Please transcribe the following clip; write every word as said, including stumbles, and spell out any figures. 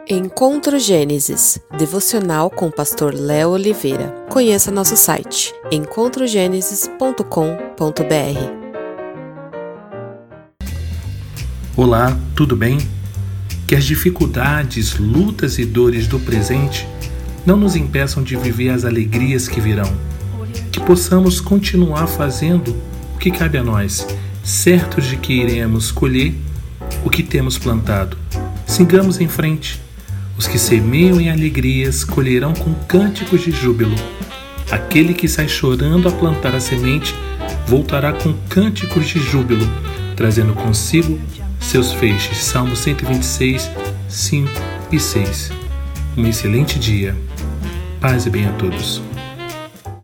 Encontro Gênesis, devocional com o pastor Léo Oliveira. Conheça nosso site, encontro gênesis ponto com ponto b r. Olá, tudo bem? Que as dificuldades, lutas e dores do presente não nos impeçam de viver as alegrias que virão. Que possamos continuar fazendo o que cabe a nós, certos de que iremos colher o que temos plantado. Sigamos em frente. Os que semeiam em alegrias colherão com cânticos de júbilo. Aquele que sai chorando a plantar a semente voltará com cânticos de júbilo, trazendo consigo seus feixes. Salmo cento e vinte e seis, cinco e seis. Um excelente dia. Paz e bem a todos.